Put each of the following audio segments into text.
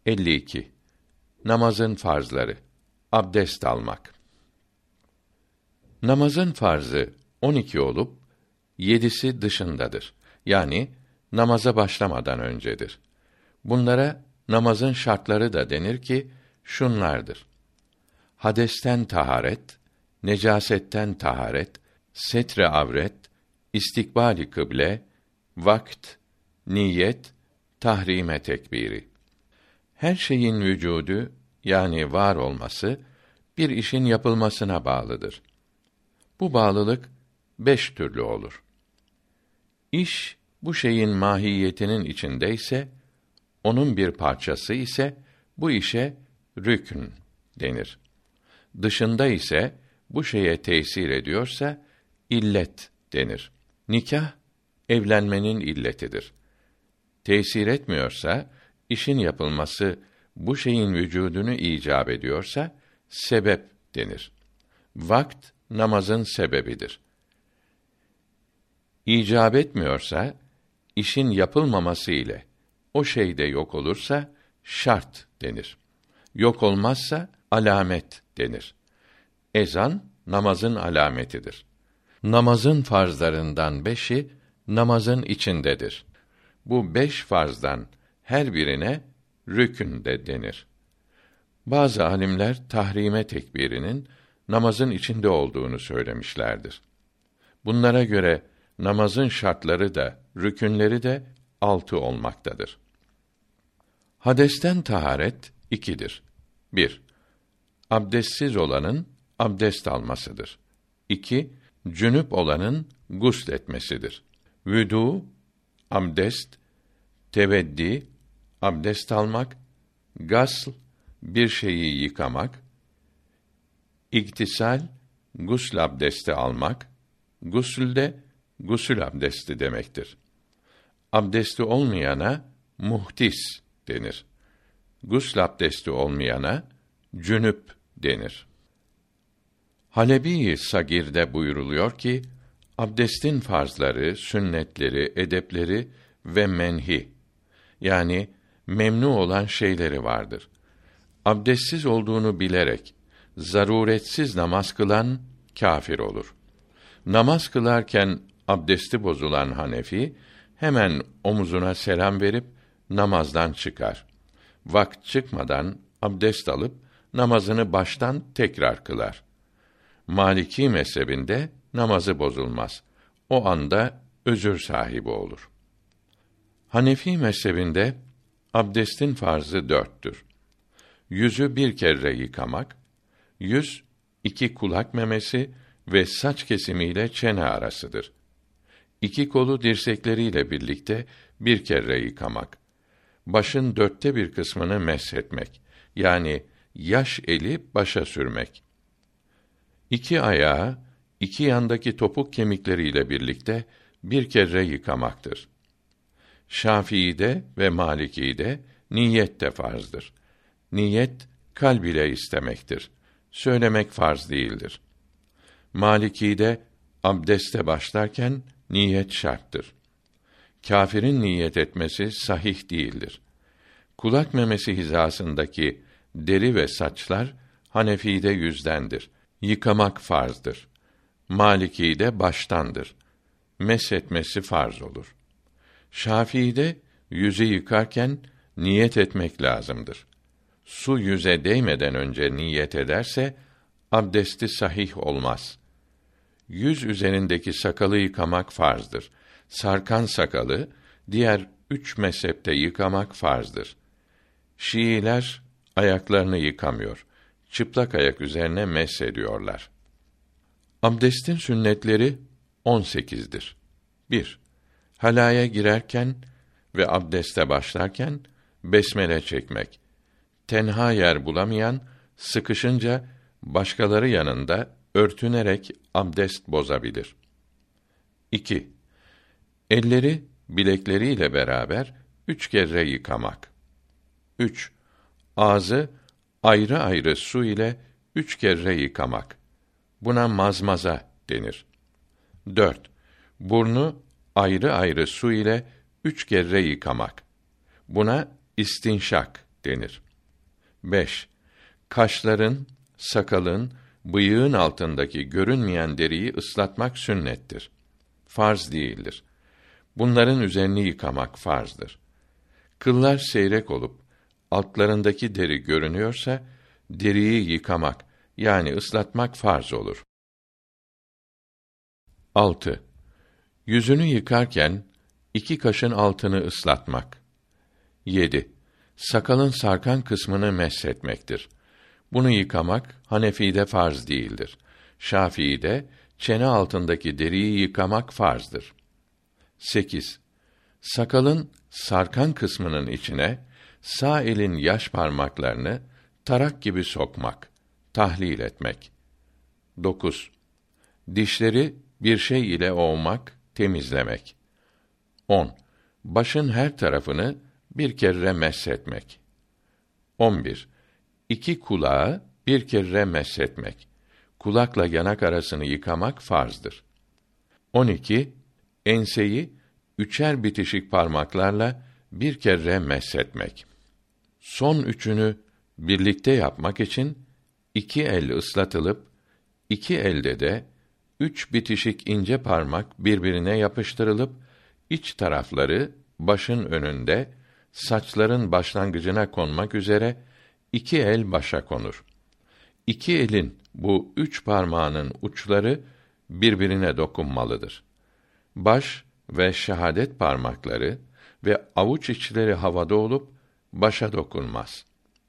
52. Namazın farzları. Abdest almak. Namazın farzı 12 olup 7'si dışındadır. Yani namaza başlamadan öncedir. Bunlara namazın şartları da denir ki şunlardır: hadesten taharet, necasetten taharet, setre avret, istikbali kıble, vakt, niyet, tahrime tekbiri. Her şeyin vücudu, yani var olması, bir işin yapılmasına bağlıdır. Bu bağlılık 5 türlü olur. İş, bu şeyin mahiyetinin içindeyse, onun bir parçası ise, bu işe rükn denir. Dışında ise, bu şeye tesir ediyorsa, illet denir. Nikah, evlenmenin illetidir. Tesir etmiyorsa, işin yapılması, bu şeyin vücudunu icap ediyorsa, sebep denir. Vakt, namazın sebebidir. İcap etmiyorsa, işin yapılmaması ile o şey de yok olursa, şart denir. Yok olmazsa, alamet denir. Ezan, namazın alametidir. Namazın farzlarından 5'i, namazın içindedir. Bu 5 farzdan her birine rükün de denir. Bazı alimler tahrime tekbirinin namazın içinde olduğunu söylemişlerdir. Bunlara göre namazın şartları da rükünleri de 6 olmaktadır. Hadesten taharet 2'dir. 1. Abdestsiz olanın abdest almasıdır. 2. Cünüp olanın gusletmesidir. Vüdu, abdest, teveddi, abdest almak, gasl, bir şeyi yıkamak, iktisal, gusl abdesti almak, gusülde gusül abdesti demektir. Abdesti olmayana muhtis denir. Gusl abdesti olmayana cünüp denir. Halebi-i Sagir'de buyruluyor ki, abdestin farzları, sünnetleri, edepleri ve menhi, yani memnu olan şeyleri vardır. Abdestsiz olduğunu bilerek zaruretsiz namaz kılan kâfir olur. Namaz kılarken abdesti bozulan Hanefi hemen omuzuna selam verip namazdan çıkar. Vakt çıkmadan abdest alıp namazını baştan tekrar kılar. Maliki mezhebinde namazı bozulmaz. O anda özür sahibi olur. Hanefi mezhebinde abdestin farzı 4'tür. Yüzü bir kere yıkamak, yüz 2 kulak memesi ve saç kesimiyle çene arasıdır. 2 kolu dirsekleriyle birlikte bir kere yıkamak. Başın 1/4 kısmını meshetmek, yani yaş eli başa sürmek. 2 ayağı, 2 yandaki topuk kemikleriyle birlikte bir kere yıkamaktır. Şafii'de ve Maliki'de niyet de farzdır. Niyet, kalb ile istemektir. Söylemek farz değildir. Maliki'de abdeste başlarken niyet şarttır. Kâfirin niyet etmesi sahih değildir. Kulak memesi hizasındaki deri ve saçlar Hanefi'de yüzdendir. Yıkamak farzdır. Maliki'de baştandır. Meshetmesi farz olur. Şafii'de yüzü yıkarken niyet etmek lazımdır. Su yüze değmeden önce niyet ederse abdesti sahih olmaz. Yüz üzerindeki sakalı yıkamak farzdır. Sarkan sakalı diğer 3 mezhepte yıkamak farzdır. Şiiler ayaklarını yıkamıyor. Çıplak ayak üzerine meshediyorlar. Abdestin sünnetleri 18'dir. 1. Halaya girerken ve abdeste başlarken besmele çekmek. Tenha yer bulamayan, sıkışınca başkaları yanında örtünerek abdest bozabilir. 2. Elleri bilekleriyle beraber 3 kere yıkamak. 3. Ağzı ayrı ayrı su ile 3 kere yıkamak. Buna mazmaza denir. 4. Burnu ayrı ayrı su ile 3 kere yıkamak. Buna istinşak denir. 5. Kaşların, sakalın, bıyığın altındaki görünmeyen deriyi ıslatmak sünnettir. Farz değildir. Bunların üzerini yıkamak farzdır. Kıllar seyrek olup altlarındaki deri görünüyorsa deriyi yıkamak yani ıslatmak farz olur. 6. Yüzünü yıkarken 2 kaşın altını ıslatmak. 7. Sakalın sarkan kısmını meshetmektir. Bunu yıkamak Hanefi'de farz değildir. Şafii'de çene altındaki deriyi yıkamak farzdır. 8. Sakalın sarkan kısmının içine sağ elin yaş parmaklarını tarak gibi sokmak, tahlil etmek. 9. Dişleri bir şey ile ovmak, temizlemek. 10. Başın her tarafını bir kere meshetmek. 11. 2 kulağı bir kere meshetmek. Kulakla yanak arasını yıkamak farzdır. 12. Enseyi 3'er bitişik parmaklarla bir kere meshetmek. Son 3'ünü birlikte yapmak için 2 el ıslatılıp 2 elde de 3 bitişik ince parmak birbirine yapıştırılıp iç tarafları başın önünde, saçların başlangıcına konmak üzere 2 el başa konur. 2 elin bu 3 parmağının uçları birbirine dokunmalıdır. Baş ve şehadet parmakları ve avuç içleri havada olup başa dokunmaz.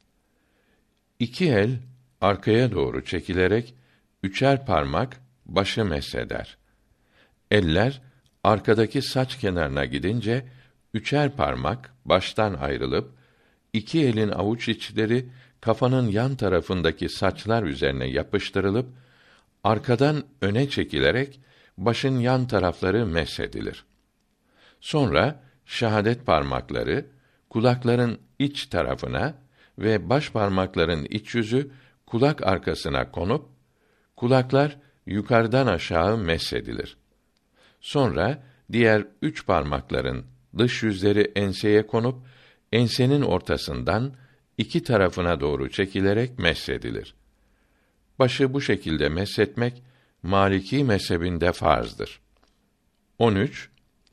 2 el arkaya doğru çekilerek 3'er parmak başı mesheder. Eller arkadaki saç kenarına gidince 3'er parmak baştan ayrılıp 2 elin avuç içleri kafanın yan tarafındaki saçlar üzerine yapıştırılıp arkadan öne çekilerek başın yan tarafları meshedilir. Sonra şehadet parmakları kulakların iç tarafına ve baş parmakların iç yüzü kulak arkasına konup kulaklar yukarıdan aşağı meshedilir. Sonra diğer 3 parmakların dış yüzleri enseye konup ensenin ortasından 2 tarafına doğru çekilerek meshedilir. Başı bu şekilde meshetmek Maliki mezhebinde farzdır. 13.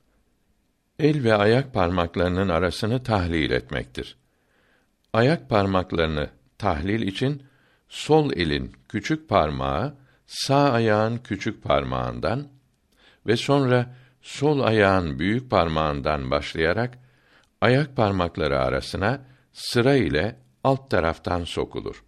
El ve ayak parmaklarının arasını tahlil etmektir. Ayak parmaklarını tahlil için sol elin küçük parmağı sağ ayağın küçük parmağından ve sonra sol ayağın büyük parmağından başlayarak ayak parmakları arasına sıra ile alt taraftan sokulur.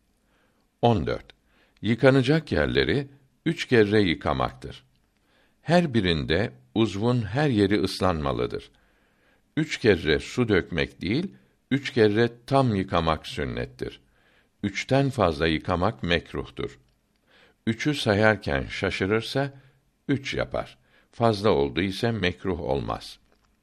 14. Yıkanacak yerleri 3 kere yıkamaktır. Her birinde uzvun her yeri ıslanmalıdır. 3 kere su dökmek değil, 3 kere tam yıkamak sünnettir. 3'ten fazla yıkamak mekruhtur. 3'ü sayarken şaşırırsa 3 yapar. Fazla oldu ise mekruh olmaz.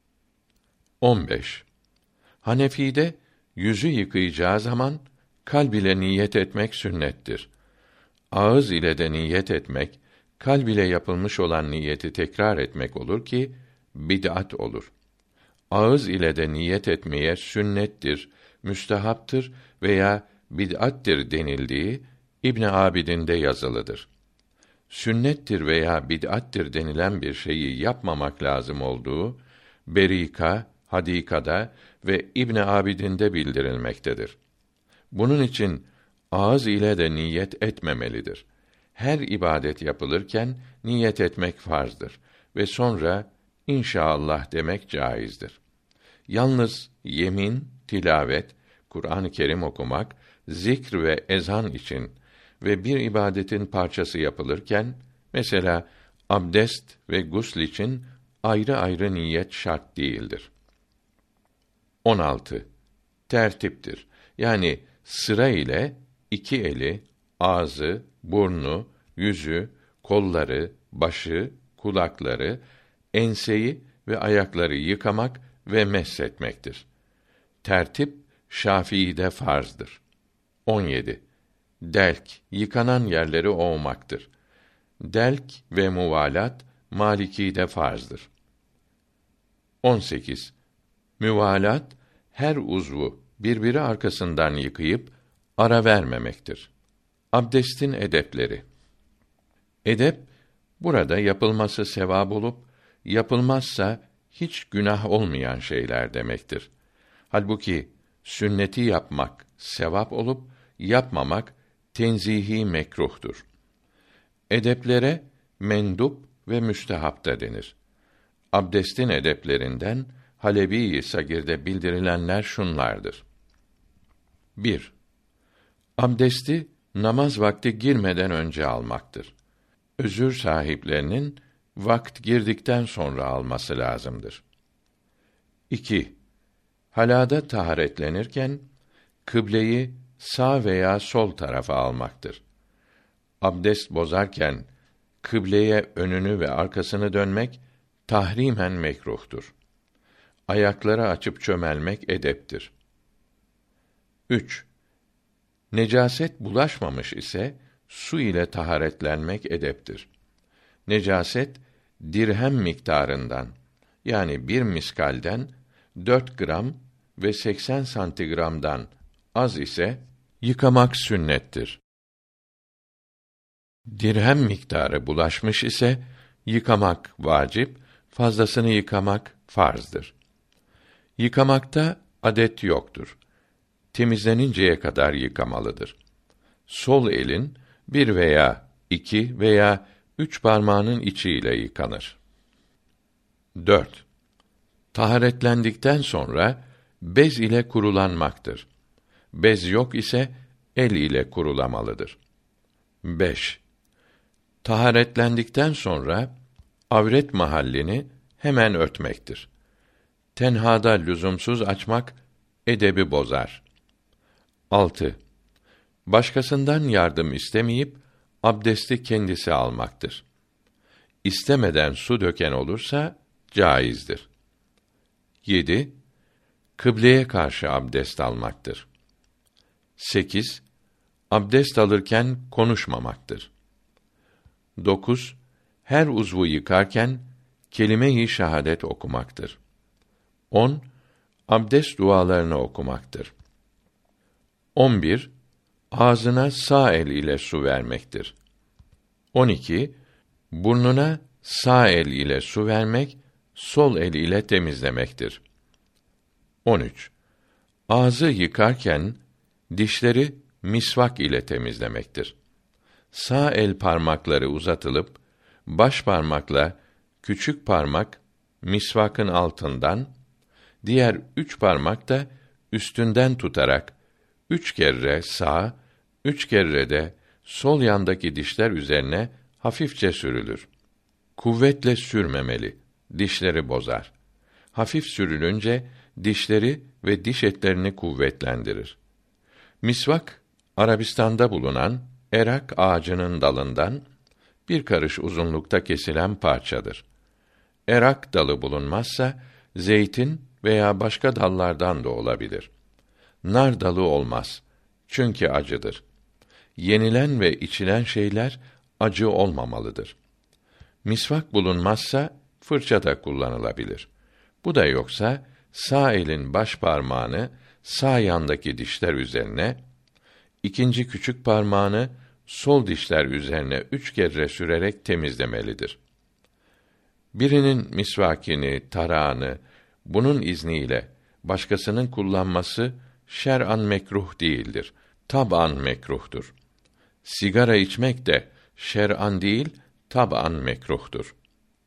15. Hanefi'de yüzü yıkayacağı zaman kalb ile niyet etmek sünnettir. Ağız ile de niyet etmek, kalb ile yapılmış olan niyeti tekrar etmek olur ki bid'at olur. Ağız ile de niyet etmeye sünnettir, müstehaptır veya bid'attir denildiği İbn Abidin'de yazılıdır. Sünnettir veya bid'attir denilen bir şeyi yapmamak lazım olduğu Berika, Hadika'da ve İbn Abidin'de bildirilmektedir. Bunun için ağız ile de niyet etmemelidir. Her ibadet yapılırken niyet etmek farzdır ve sonra inşallah demek caizdir. Yalnız yemin, tilavet, Kur'an-ı Kerim okumak, zikr ve ezan için ve bir ibadetin parçası yapılırken, mesela abdest ve gusl için ayrı ayrı niyet şart değildir. 16. Tertiptir. Yani sıra ile 2 eli, ağzı, burnu, yüzü, kolları, başı, kulakları, enseyi ve ayakları yıkamak ve meshetmektir. Tertip Şafii'de farzdır. 17. Delk, yıkanan yerleri ovmaktır. Delk ve muvalat Maliki'de farzdır. 18. Müvalat her uzvu birbiri arkasından yıkayıp ara vermemektir. Abdestin edepleri. Edep, burada yapılması sevap olup, yapılmazsa hiç günah olmayan şeyler demektir. Halbuki sünneti yapmak sevap olup, yapmamak tenzihi mekruhtur. Edeplere mendup ve müstehap da denir. Abdestin edeplerinden Halebi-i Sagir'de bildirilenler şunlardır. 1. Abdesti namaz vakti girmeden önce almaktır. Özür sahiplerinin vakt girdikten sonra alması lazımdır. 2. Halada taharetlenirken kıbleyi sağ veya sol tarafa almaktır. Abdest bozarken kıbleye önünü ve arkasını dönmek tahrimen mekruhtur. Ayakları açıp çömelmek edeptir. 3. Necaset bulaşmamış ise su ile taharetlenmek edeptir. Necaset dirhem miktarından, yani bir miskalden 4 gram ve 80 santigramdan az ise yıkamak sünnettir. Dirhem miktarı bulaşmış ise yıkamak vacip, fazlasını yıkamak farzdır. Yıkamakta adet yoktur. Temizleninceye kadar yıkamalıdır. Sol elin bir veya 2 veya 3 parmağının içiyle yıkanır. 4. Taharetlendikten sonra bez ile kurulanmaktır. Bez yok ise el ile kurulamalıdır. 5. Taharetlendikten sonra avret mahallini hemen örtmektir. Tenhada lüzumsuz açmak edebi bozar. 6. Başkasından yardım istemeyip abdesti kendisi almaktır. İstemeden su döken olursa caizdir. 7. Kıbleye karşı abdest almaktır. 8. Abdest alırken konuşmamaktır. 9. Her uzvu yıkarken kelime-i şehadet okumaktır. 10. Abdest dualarını okumaktır. 11. Ağzına sağ el ile su vermektir. 12. Burnuna sağ el ile su vermek, sol el ile temizlemektir. 13. Ağzı yıkarken dişleri misvak ile temizlemektir. Sağ el parmakları uzatılıp baş parmakla küçük parmak misvakın altından, diğer 3 parmak da üstünden tutarak 3 kere sağ, 3 kere de sol yandaki dişler üzerine hafifçe sürülür. Kuvvetle sürmemeli, dişleri bozar. Hafif sürülünce dişleri ve diş etlerini kuvvetlendirir. Misvak, Arabistan'da bulunan erak ağacının dalından bir karış uzunlukta kesilen parçadır. Erak dalı bulunmazsa zeytin veya başka dallardan da olabilir. Nar dalı olmaz. Çünkü acıdır. Yenilen ve içilen şeyler acı olmamalıdır. Misvak bulunmazsa fırça da kullanılabilir. Bu da yoksa sağ elin baş parmağını sağ yandaki dişler üzerine, ikinci küçük parmağını sol dişler üzerine 3 kere sürerek temizlemelidir. Birinin misvakini, tarağını bunun izniyle başkasının kullanması şer'an mekruh değildir. Tab'an mekruhtur. Sigara içmek de şer'an değil, tab'an mekruhtur.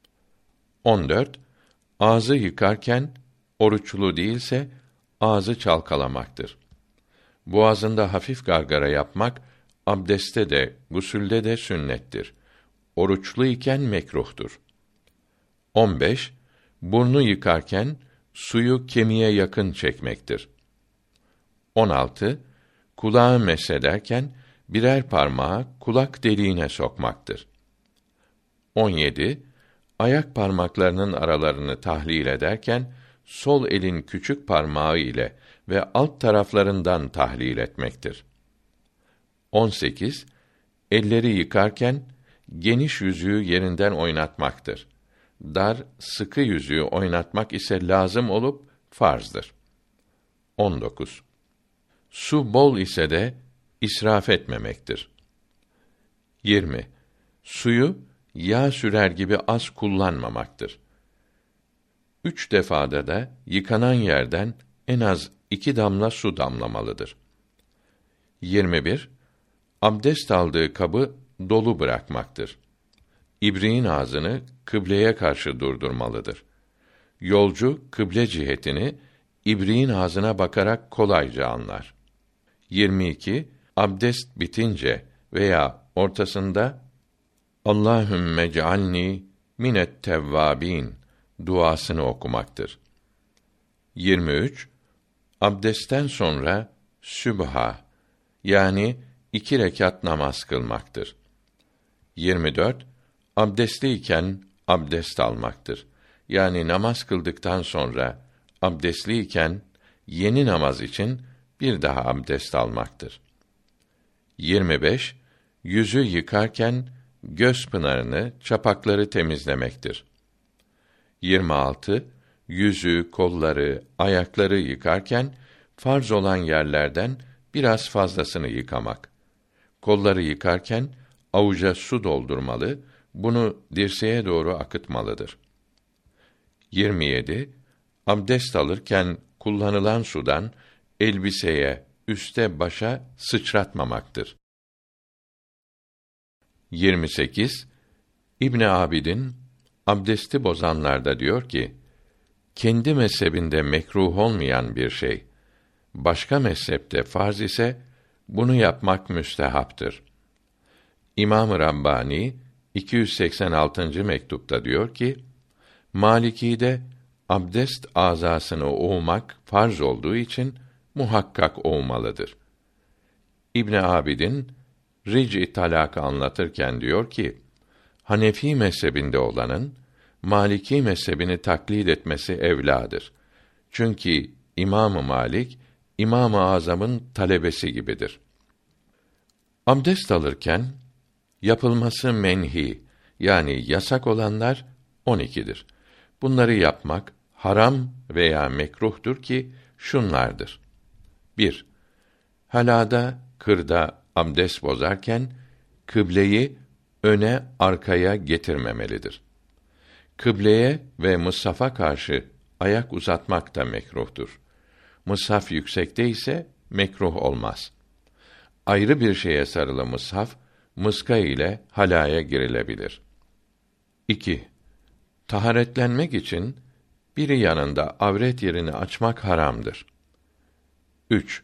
14. Ağzı yıkarken oruçlu değilse ağzı çalkalamaktır. Boğazında hafif gargara yapmak abdeste de, gusülde de sünnettir. Oruçlu iken mekruhtur. 15. Burnu yıkarken suyu kemiğe yakın çekmektir. 16. Kulağı mesederken birer parmağı kulak deliğine sokmaktır. 17. Ayak parmaklarının aralarını tahlil ederken sol elin küçük parmağı ile ve alt taraflarından tahlil etmektir. 18. Elleri yıkarken geniş yüzüğü yerinden oynatmaktır. Dar, sıkı yüzüğü oynatmak ise lazım olup farzdır. 19. Su bol ise de israf etmemektir. 20. Suyu yağ sürer gibi az kullanmamaktır. 3 defada da yıkanan yerden en az 2 damla su damlamalıdır. 21. Abdest aldığı kabı dolu bırakmaktır. İbriğin ağzını kıbleye karşı durdurmalıdır. Yolcu kıble cihetini ibriğin ağzına bakarak kolayca anlar. 22. Abdest bitince veya ortasında Allahümme cealni minet tevvabin duasını okumaktır. 23. Abdestten sonra sübha yani 2 rekat namaz kılmaktır. 24. Abdestliyken abdest almaktır. Yani namaz kıldıktan sonra abdestliyken yeni namaz için bir daha abdest almaktır. 25. Yüzü yıkarken göz pınarını, çapakları temizlemektir. 26. Yüzü, kolları, ayakları yıkarken farz olan yerlerden biraz fazlasını yıkamak. Kolları yıkarken avuca su doldurmalı, bunu dirseğe doğru akıtmalıdır. 27. Abdest alırken kullanılan sudan elbiseye, üste, başa sıçratmamaktır. 28. İbn Abidin abdesti bozanlarda diyor ki: kendi mezhebinde mekruh olmayan bir şey başka mezhepte farz ise bunu yapmak müstehaptır. İmam-ı Rabbani 286. mektupta diyor ki: Maliki'de abdest azasını ovmak farz olduğu için muhakkak ovmalıdır. İbn Abidin Ric-i Talak'ı anlatırken diyor ki: Hanefi mezhebinde olanın Maliki mezhebini taklit etmesi evladır. Çünkü İmam-ı Malik İmam-ı Azam'ın talebesi gibidir. Abdest alırken yapılması menhi yani yasak olanlar 12'dir. Bunları yapmak haram veya mekruhtur ki şunlardır. 1. Halada, kırda abdest bozarken kıbleyi öne, arkaya getirmemelidir. Kıbleye ve mushafa karşı ayak uzatmak da mekruhtur. Mushaf yüksekte ise mekruh olmaz. Ayrı bir şeye sarılı mushaf, mıska ile halaya girilebilir. 2. Taharetlenmek için biri yanında avret yerini açmak haramdır. 3.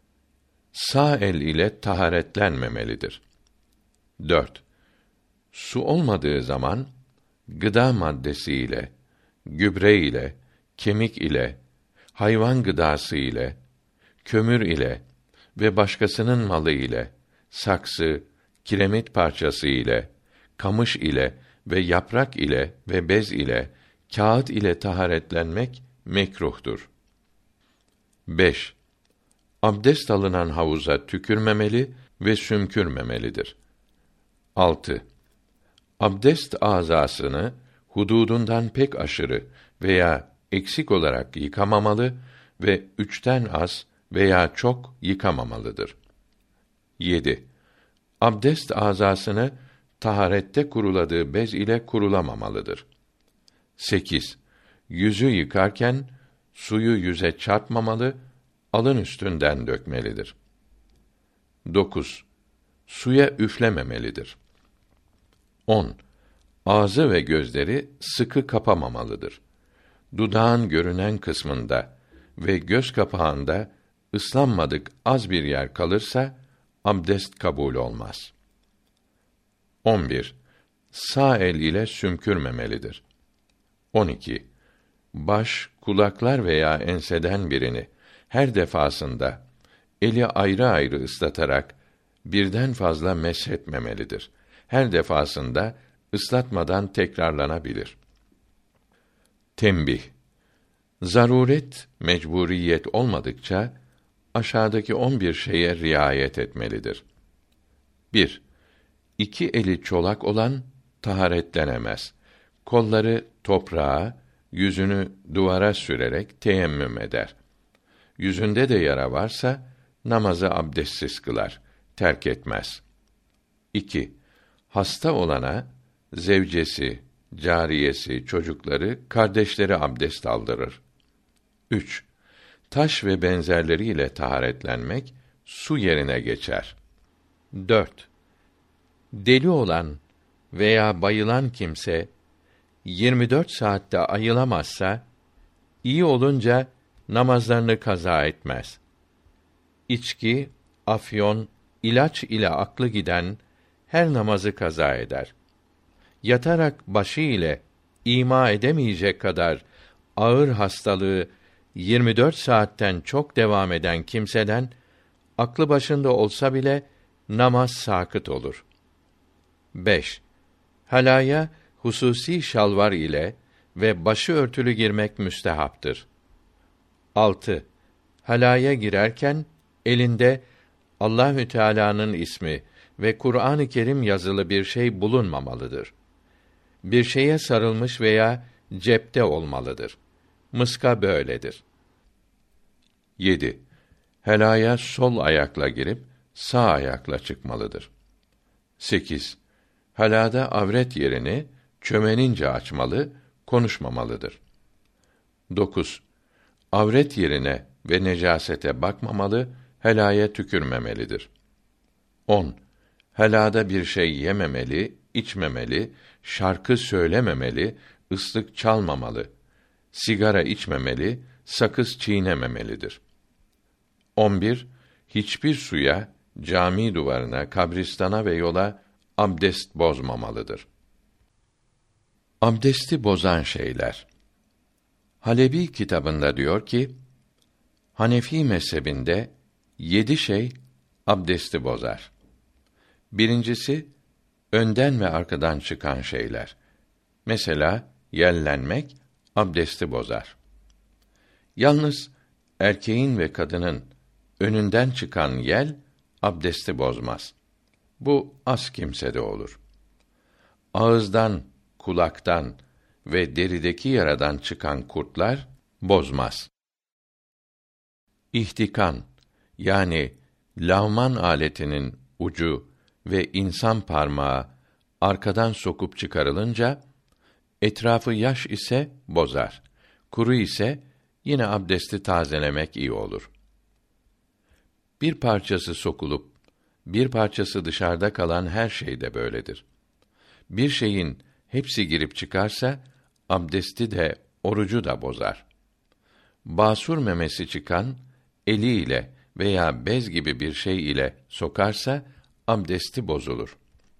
Sağ el ile taharetlenmemelidir. 4. Su olmadığı zaman gıda maddesi ile, gübre ile, kemik ile, hayvan gıdası ile, kömür ile ve başkasının malı ile, saksı, kiremit parçası ile, kamış ile ve yaprak ile ve bez ile, kağıt ile taharetlenmek mekruhtur. 5. Abdest alınan havuza tükürmemeli ve sümkürmemelidir. 6. Abdest azasını hududundan pek aşırı veya eksik olarak yıkamamalı ve 3'ten az veya çok yıkamamalıdır. 7. Abdest azasını taharette kuruladığı bez ile kurulamamalıdır. 8. Yüzü yıkarken suyu yüze çarpmamalı, alın üstünden dökmelidir. 9. Suya üflememelidir. 10. Ağzı ve gözleri sıkı kapamamalıdır. Dudağın görünen kısmında ve göz kapağında ıslanmadık az bir yer kalırsa abdest kabul olmaz. 11. Sağ el ile sümkürmemelidir. 12. Baş, kulaklar veya enseden birini her defasında eli ayrı ayrı ıslatarak birden fazla meshetmemelidir. Her defasında ıslatmadan tekrarlanabilir. Tembih. Zaruret, mecburiyet olmadıkça aşağıdaki 11 şeye riayet etmelidir. 1. 2 eli çolak olan taharetlenemez. Kolları toprağa, yüzünü duvara sürerek teyemmüm eder. Yüzünde de yara varsa namazı abdestsiz kılar, terk etmez. 2. Hasta olana zevcesi, cariyesi, çocukları, kardeşleri abdest aldırır. 3. Taş ve benzerleriyle taharetlenmek su yerine geçer. 4. Deli olan veya bayılan kimse 24 saatte ayılamazsa iyi olunca namazlarını kaza etmez. İçki, afyon, ilaç ile aklı giden her namazı kaza eder. Yatarak başı ile ima edemeyecek kadar ağır hastalığı 24 saatten çok devam eden kimseden aklı başında olsa bile namaz sakıt olur. 5. Halaya hususi şalvar ile ve başı örtülü girmek müstehaptır. 6. Halaya girerken elinde Allahü Teala'nın ismi ve Kur'an-ı Kerim yazılı bir şey bulunmamalıdır. Bir şeye sarılmış veya cepte olmalıdır. Mıska böyledir. 7. Helaya sol ayakla girip sağ ayakla çıkmalıdır. 8. Helada avret yerini çömenince açmalı, konuşmamalıdır. 9. Avret yerine ve necasete bakmamalı, helaya tükürmemelidir. 10. Helada bir şey yememeli, içmemeli, şarkı söylememeli, ıslık çalmamalı, sigara içmemeli, sakız çiğnememelidir. 11. Hiçbir suya, cami duvarına, kabristana ve yola abdest bozmamalıdır. Abdesti bozan şeyler. Halebi kitabında diyor ki, Hanefi mezhebinde 7 şey abdesti bozar. Birincisi, önden ve arkadan çıkan şeyler. Mesela, yellenmek abdesti bozar. Yalnız, erkeğin ve kadının önünden çıkan yel, abdesti bozmaz. Bu, az kimsede olur. Ağızdan, kulaktan ve derideki yaradan çıkan kurtlar, bozmaz. İhtikan, yani lavman aletinin ucu ve insan parmağı arkadan sokup çıkarılınca, etrafı yaş ise bozar. Kuru ise yine abdesti tazelemek iyi olur. Bir parçası sokulup bir parçası dışarıda kalan her şey de böyledir. Bir şeyin hepsi girip çıkarsa abdesti de orucu da bozar. Basur memesi çıkan eliyle veya bez gibi bir şey ile sokarsa abdesti bozulur.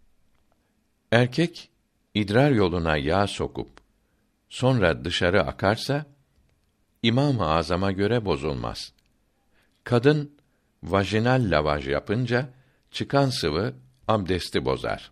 Erkek idrar yoluna yağ sokup sonra dışarı akarsa İmam-ı Azam'a göre bozulmaz. Kadın vajinal lavaj yapınca çıkan sıvı abdesti bozar.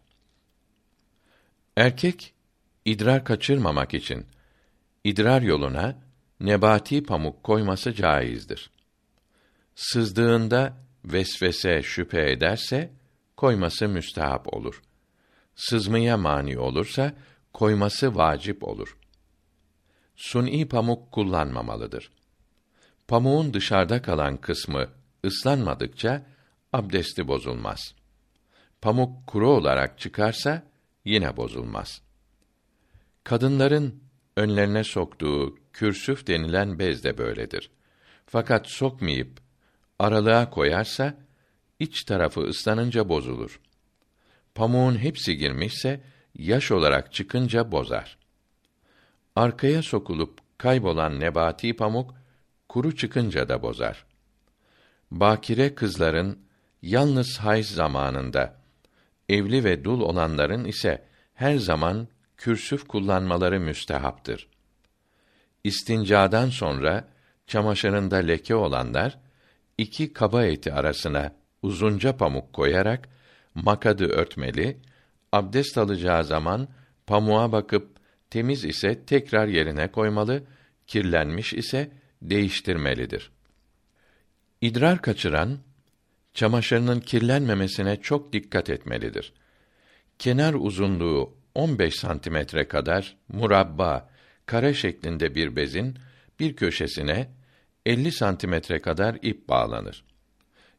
Erkek idrar kaçırmamak için idrar yoluna nebati pamuk koyması caizdir. Sızdığında vesvese şüphe ederse koyması müstehap olur. Sızmaya mani olursa koyması vacip olur. Suni pamuk kullanmamalıdır. Pamuğun dışarıda kalan kısmı ıslanmadıkça abdesti bozulmaz. Pamuk kuru olarak çıkarsa yine bozulmaz. Kadınların önlerine soktuğu kürsüf denilen bez de böyledir. Fakat sokmayıp aralığa koyarsa iç tarafı ıslanınca bozulur. Pamuğun hepsi girmişse yaş olarak çıkınca bozar. Arkaya sokulup kaybolan nebati pamuk kuru çıkınca da bozar. Bakire kızların yalnız hayz zamanında, evli ve dul olanların ise her zaman kürsüf kullanmaları müstehaptır. İstincadan sonra çamaşırında leke olanlar 2 kaba eti arasına uzunca pamuk koyarak makadı örtmeli, abdest alacağı zaman pamuğa bakıp temiz ise tekrar yerine koymalı, kirlenmiş ise değiştirmelidir. İdrar kaçıran çamaşırının kirlenmemesine çok dikkat etmelidir. Kenar uzunluğu 15 santimetre kadar murabba, kare şeklinde bir bezin bir köşesine 50 santimetre kadar ip bağlanır.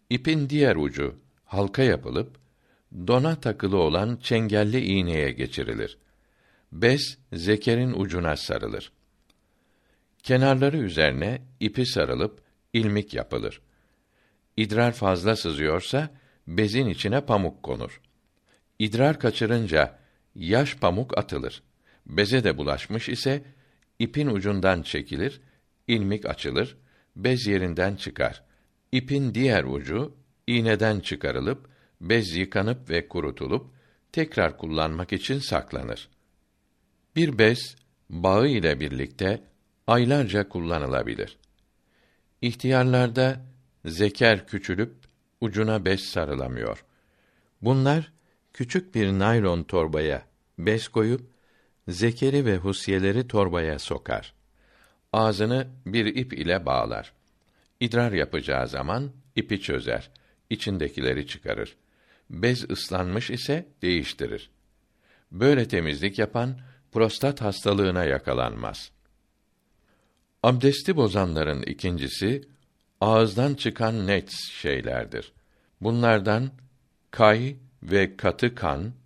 İpin diğer ucu halka yapılıp dona takılı olan çengelli iğneye geçirilir. Bez zekerin ucuna sarılır. Kenarları üzerine ipi sarılıp ilmik yapılır. İdrar fazla sızıyorsa bezin içine pamuk konur. İdrar kaçırınca yaş pamuk atılır. Beze de bulaşmış ise ipin ucundan çekilir, ilmik açılır, bez yerinden çıkar. İpin diğer ucu iğneden çıkarılıp bez yıkanıp ve kurutulup tekrar kullanmak için saklanır. Bir bez bağı ile birlikte aylarca kullanılabilir. İhtiyarlarda zeker küçülüp ucuna bez sarılamıyor. Bunlar küçük bir naylon torbaya bez koyup zekeri ve husyeleri torbaya sokar. Ağzını bir ip ile bağlar. İdrar yapacağı zaman ipi çözer, içindekileri çıkarır. Bez ıslanmış ise değiştirir. Böyle temizlik yapan prostat hastalığına yakalanmaz. Abdesti bozanların ikincisi ağızdan çıkan nets şeylerdir. Bunlardan kay ve katı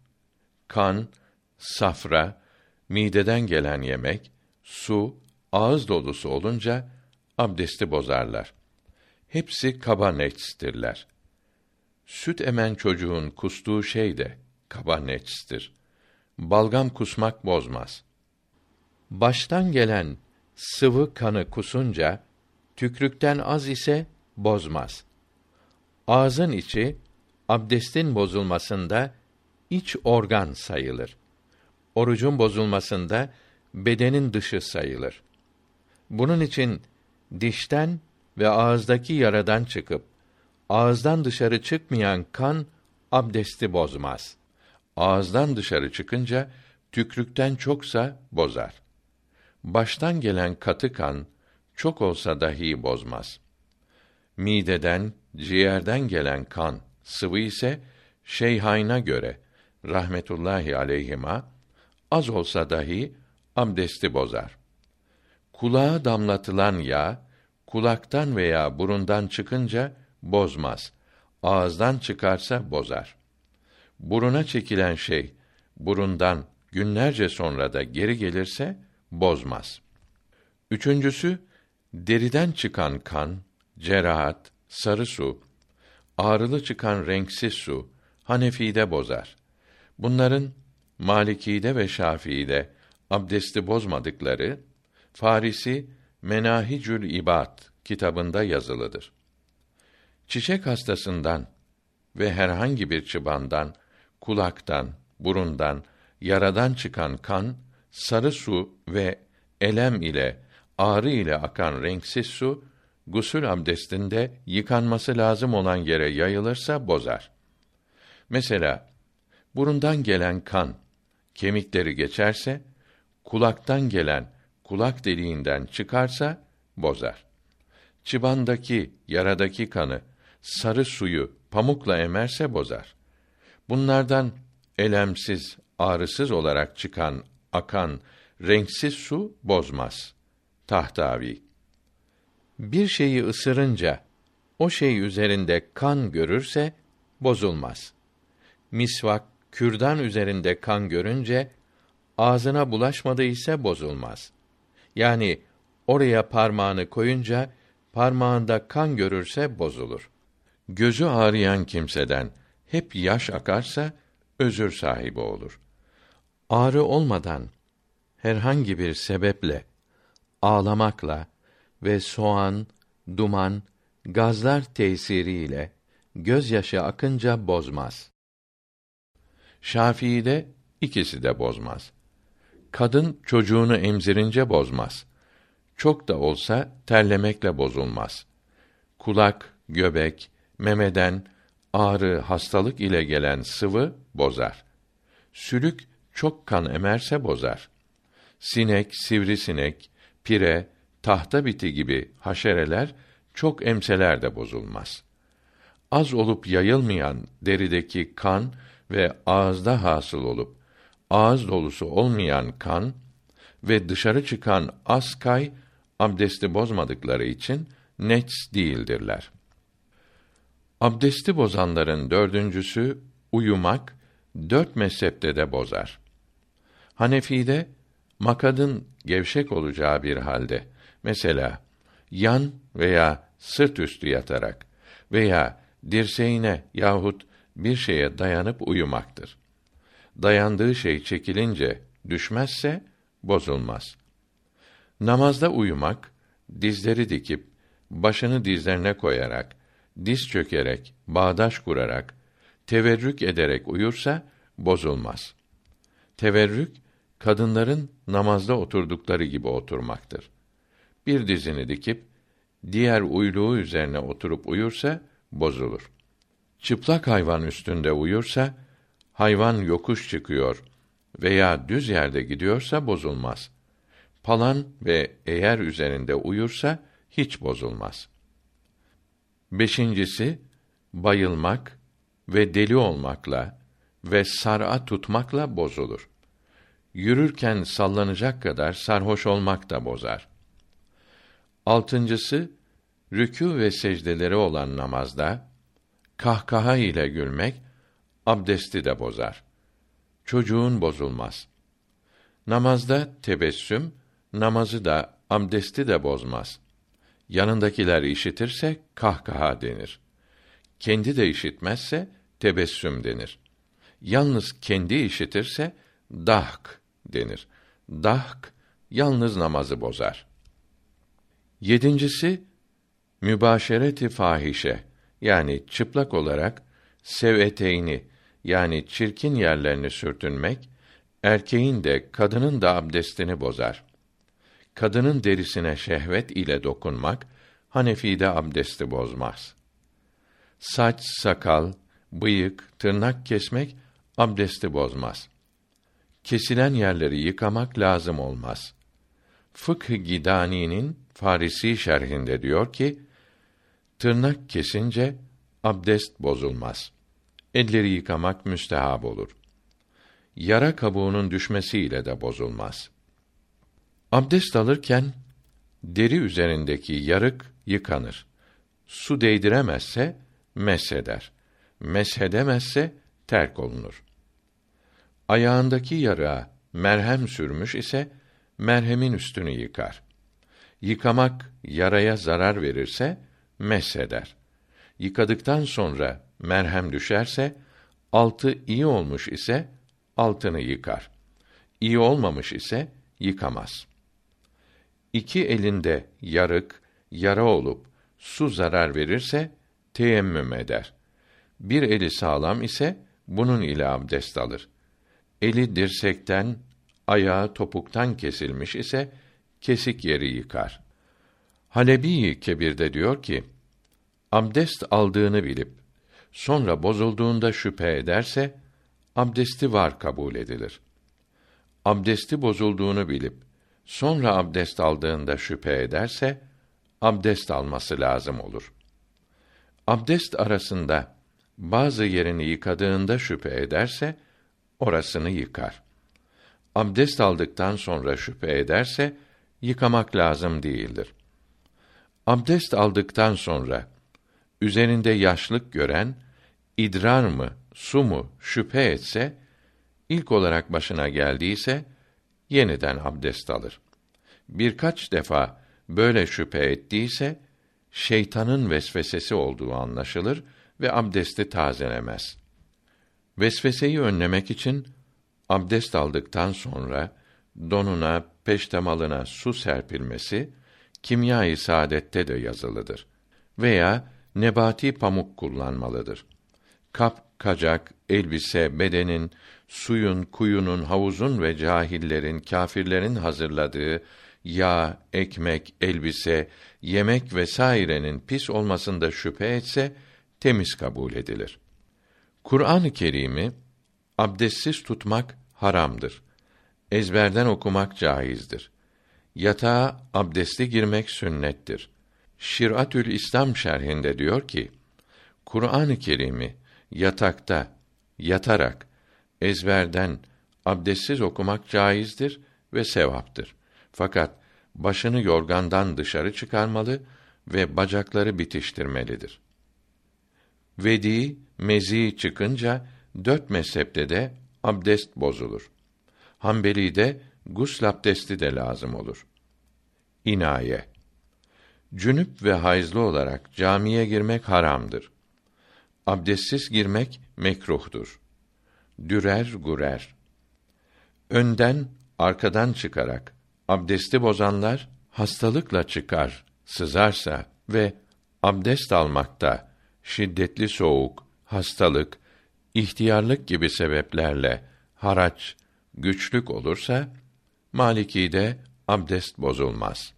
kan, safra, mideden gelen yemek, su, ağız dolusu olunca abdesti bozarlar. Hepsi kaba netstirler. Süt emen çocuğun kustuğu şey de kaba netstir. Balgam kusmak bozmaz. Baştan gelen sıvı kanı kusunca, tükrükten az ise bozmaz. Ağzın içi, abdestin bozulmasında iç organ sayılır. Orucun bozulmasında bedenin dışı sayılır. Bunun için dişten ve ağızdaki yaradan çıkıp, ağızdan dışarı çıkmayan kan, abdesti bozmaz. Ağızdan dışarı çıkınca, tükrükten çoksa bozar. Baştan gelen katı kan, çok olsa dahi bozmaz. Mideden, ciğerden gelen kan, sıvı ise, Şeyhayn'a göre, rahmetullahi aleyhima, az olsa dahi, abdesti bozar. Kulağa damlatılan yağ, kulaktan veya burundan çıkınca, bozmaz. Ağızdan çıkarsa bozar. Buruna çekilen şey, burundan günlerce sonra da geri gelirse, bozmaz. Üçüncüsü, deriden çıkan kan, cerahat, sarı su, ağrılı çıkan renksiz su, Hanefi'de bozar. Bunların, Maliki'de ve Şafii'de abdesti bozmadıkları, Farisi Menahicül İbad kitabında yazılıdır. Çiçek hastasından ve herhangi bir çıbandan, kulaktan, burundan, yaradan çıkan kan, sarı su ve elem ile, ağrı ile akan renksiz su, gusül abdestinde yıkanması lazım olan yere yayılırsa bozar. Mesela, burundan gelen kan, kemikleri geçerse, kulaktan gelen, kulak deliğinden çıkarsa, bozar. Çıbandaki, yaradaki kanı, sarı suyu pamukla emerse bozar. Bunlardan elemsiz, ağrısız olarak çıkan, akan, renksiz su bozmaz. Tahtavi. Bir şeyi ısırınca, o şey üzerinde kan görürse, bozulmaz. Misvak, kürdan üzerinde kan görünce, ağzına bulaşmadı ise bozulmaz. Yani, oraya parmağını koyunca, parmağında kan görürse bozulur. Gözü ağrıyan kimseden hep yaş akarsa, özür sahibi olur. Ağrı olmadan, herhangi bir sebeple, ağlamakla ve soğan, duman, gazlar tesiriyle, gözyaşı akınca bozmaz. Şafii'de ikisi de bozmaz. Kadın çocuğunu emzirince bozmaz. Çok da olsa terlemekle bozulmaz. Kulak, göbek, memeden ağrı, hastalık ile gelen sıvı bozar. Sülük çok kan emerse bozar. Sinek, sivrisinek, pire, tahta biti gibi haşereler çok emseler de bozulmaz. Az olup yayılmayan derideki kan ve ağızda hasıl olup ağız dolusu olmayan kan ve dışarı çıkan az kay abdesti bozmadıkları için nets değildirler. Abdesti bozanların dördüncüsü, uyumak, 4 mezhepte de bozar. Hanefi'de, makadın gevşek olacağı bir halde, mesela, yan veya sırt üstü yatarak veya dirseğine yahut bir şeye dayanıp uyumaktır. Dayandığı şey çekilince düşmezse, bozulmaz. Namazda uyumak, dizleri dikip, başını dizlerine koyarak, diz çökerek, bağdaş kurarak, teverrük ederek uyursa, bozulmaz. Teverrük, kadınların namazda oturdukları gibi oturmaktır. Bir dizini dikip, diğer uyluğu üzerine oturup uyursa, bozulur. Çıplak hayvan üstünde uyursa, hayvan yokuş çıkıyor veya düz yerde gidiyorsa bozulmaz. Palan ve eğer üzerinde uyursa, hiç bozulmaz. Beşincisi, bayılmak ve deli olmakla ve sar'a tutmakla bozulur. Yürürken sallanacak kadar sarhoş olmak da bozar. Altıncısı, rükû ve secdeleri olan namazda, kahkaha ile gülmek, abdesti de bozar. Çocuğun bozulmaz. Namazda tebessüm, namazı da, abdesti de bozmaz. Yanındakiler işitirse, kahkaha denir. Kendi de işitmezse, tebessüm denir. Yalnız kendi işitirse, dahk denir. Dahk, yalnız namazı bozar. Yedincisi, mübaşereti fahişe, yani çıplak olarak, sev'eteyni, yani çirkin yerlerini sürtünmek, erkeğin de kadının da abdestini bozar. Kadının derisine şehvet ile dokunmak, Hanefi'de abdesti bozmaz. Saç, sakal, bıyık, tırnak kesmek, abdesti bozmaz. Kesilen yerleri yıkamak lazım olmaz. Fıkh-ı Gidani'nin Farisi şerhinde diyor ki, tırnak kesince, abdest bozulmaz. Elleri yıkamak müstehab olur. Yara kabuğunun düşmesiyle de bozulmaz. Abdest alırken, deri üzerindeki yarık yıkanır. Su değdiremezse, mesheder. Meshedemezse, terk olunur. Ayağındaki yarığa merhem sürmüş ise, merhemin üstünü yıkar. Yıkamak yaraya zarar verirse, mesheder. Yıkadıktan sonra merhem düşerse, altı iyi olmuş ise, altını yıkar. İyi olmamış ise, yıkamaz. İki elinde yarık, yara olup, su zarar verirse, teyemmüm eder. Bir eli sağlam ise, bunun ile abdest alır. Eli dirsekten, ayağı topuktan kesilmiş ise, kesik yeri yıkar. Halebi Kebir'de diyor ki, abdest aldığını bilip, sonra bozulduğunda şüphe ederse, abdesti var kabul edilir. Abdesti bozulduğunu bilip, sonra abdest aldığında şüphe ederse, abdest alması lazım olur. Abdest arasında, bazı yerini yıkadığında şüphe ederse, orasını yıkar. Abdest aldıktan sonra şüphe ederse, yıkamak lazım değildir. Abdest aldıktan sonra, üzerinde yaşlık gören, idrar mı, su mu şüphe etse, ilk olarak başına geldiyse, yeniden abdest alır. Birkaç defa böyle şüphe ettiyse, şeytanın vesvesesi olduğu anlaşılır ve abdesti tazelemez. Vesveseyi önlemek için, abdest aldıktan sonra, donuna, peştemalına su serpilmesi, Kimya-i Saadet'te de yazılıdır. Veya nebati pamuk kullanmalıdır. Kap, kacak, elbise, bedenin, suyun, kuyunun, havuzun ve cahillerin, kâfirlerin hazırladığı yağ, ekmek, elbise, yemek vesairenin pis olmasında şüphe etse, temiz kabul edilir. Kur'an-ı Kerim'i abdestsiz tutmak haramdır. Ezberden okumak caizdir. Yatağa abdestli girmek sünnettir. Şir'atül İslam şerhinde diyor ki, Kur'an-ı Kerim'i yatakta, yatarak, ezberden, abdestsiz okumak caizdir ve sevaptır. Fakat başını yorgandan dışarı çıkarmalı ve bacakları bitiştirmelidir. Vedi, mezi çıkınca 4 mezhepte de abdest bozulur. Hanbeli'de gusl abdesti de lazım olur. İnaye. Cünüp ve hayızlı olarak camiye girmek haramdır. Abdestsiz girmek mekruhtur. Dürer gurer. Önden, arkadan çıkarak abdesti bozanlar hastalıkla çıkar, sızarsa ve abdest almakta şiddetli soğuk, hastalık, ihtiyarlık gibi sebeplerle haraç, güçlük olursa Maliki'de abdest bozulmaz.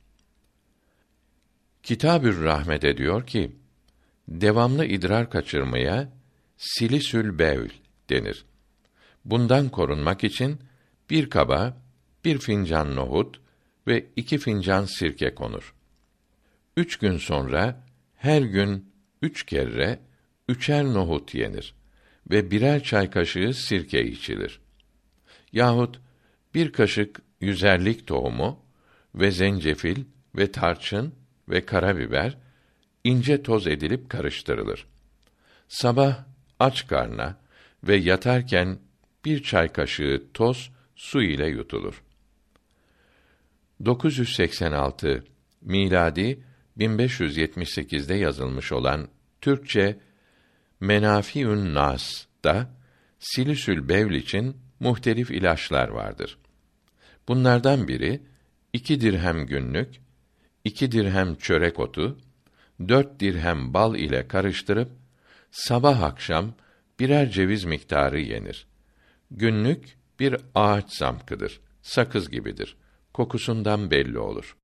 Kitâb-ül Rahmet'e diyor ki, devamlı idrar kaçırmaya silisül bevl denir. Bundan korunmak için bir kaba 1 fincan nohut ve 2 fincan sirke konur. 3 gün sonra her gün 3 kere 3'er nohut yenir ve birer çay kaşığı sirke içilir. Yahut 1 kaşık yüzerlik tohumu ve zencefil ve tarçın ve karabiber ince toz edilip karıştırılır. Sabah aç karna ve yatarken 1 çay kaşığı toz su ile yutulur. 986 miladi 1578'de yazılmış olan Türkçe Menafiün Nas'da silisül bevl için muhtelif ilaçlar vardır. Bunlardan biri 2 dirhem günlük, 2 dirhem çörek otu, 4 dirhem bal ile karıştırıp sabah akşam birer ceviz miktarı yenir. Günlük bir ağaç zamkıdır. Sakız gibidir. Kokusundan belli olur.